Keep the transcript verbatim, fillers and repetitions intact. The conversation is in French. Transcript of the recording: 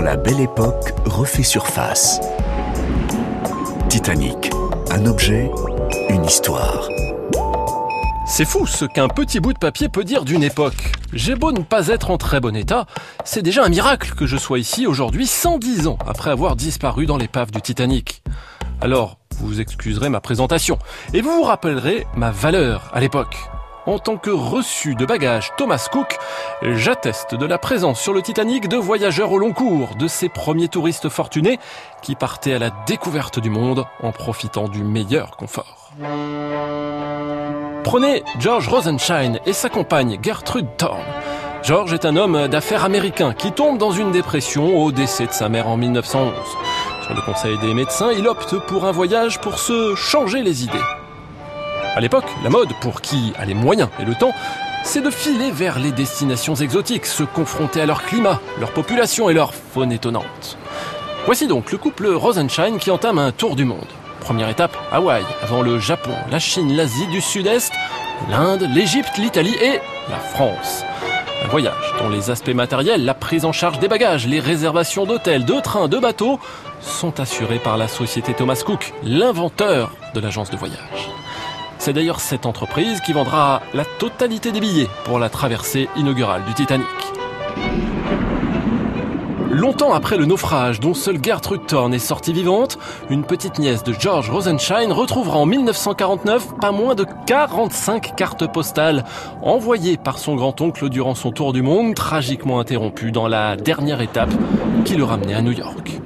Quand la belle époque refait surface. Titanic, un objet, une histoire. C'est fou ce qu'un petit bout de papier peut dire d'une époque. J'ai beau ne pas être en très bon état, c'est déjà un miracle que je sois ici aujourd'hui, cent dix ans après avoir disparu dans l'épave du Titanic. Alors, vous excuserez ma présentation, et vous vous rappellerez ma valeur à l'époque. En tant que reçu de bagages Thomas Cook, j'atteste de la présence sur le Titanic de voyageurs au long cours, de ces premiers touristes fortunés qui partaient à la découverte du monde en profitant du meilleur confort. Prenez George Rosenshine et sa compagne Gertrude Thorne. George est un homme d'affaires américain qui tombe dans une dépression au décès de sa mère en mille neuf cent onze. Sur le conseil des médecins, il opte pour un voyage pour se changer les idées. À l'époque, la mode, pour qui a les moyens et le temps, c'est de filer vers les destinations exotiques, se confronter à leur climat, leur population et leur faune étonnante. Voici donc le couple Rosenshine qui entame un tour du monde. Première étape, Hawaï, avant le Japon, la Chine, l'Asie du Sud-Est, l'Inde, l'Égypte, l'Italie et la France. Un voyage dont les aspects matériels, la prise en charge des bagages, les réservations d'hôtels, de trains, de bateaux sont assurés par la société Thomas Cook, l'inventeur de l'agence de voyage. C'est d'ailleurs cette entreprise qui vendra la totalité des billets pour la traversée inaugurale du Titanic. Longtemps après le naufrage, dont seule Gertrude Thorne est sortie vivante, une petite nièce de George Rosenshine retrouvera en mille neuf cent quarante-neuf pas moins de quarante-cinq cartes postales envoyées par son grand-oncle durant son tour du monde, tragiquement interrompu dans la dernière étape qui le ramenait à New York.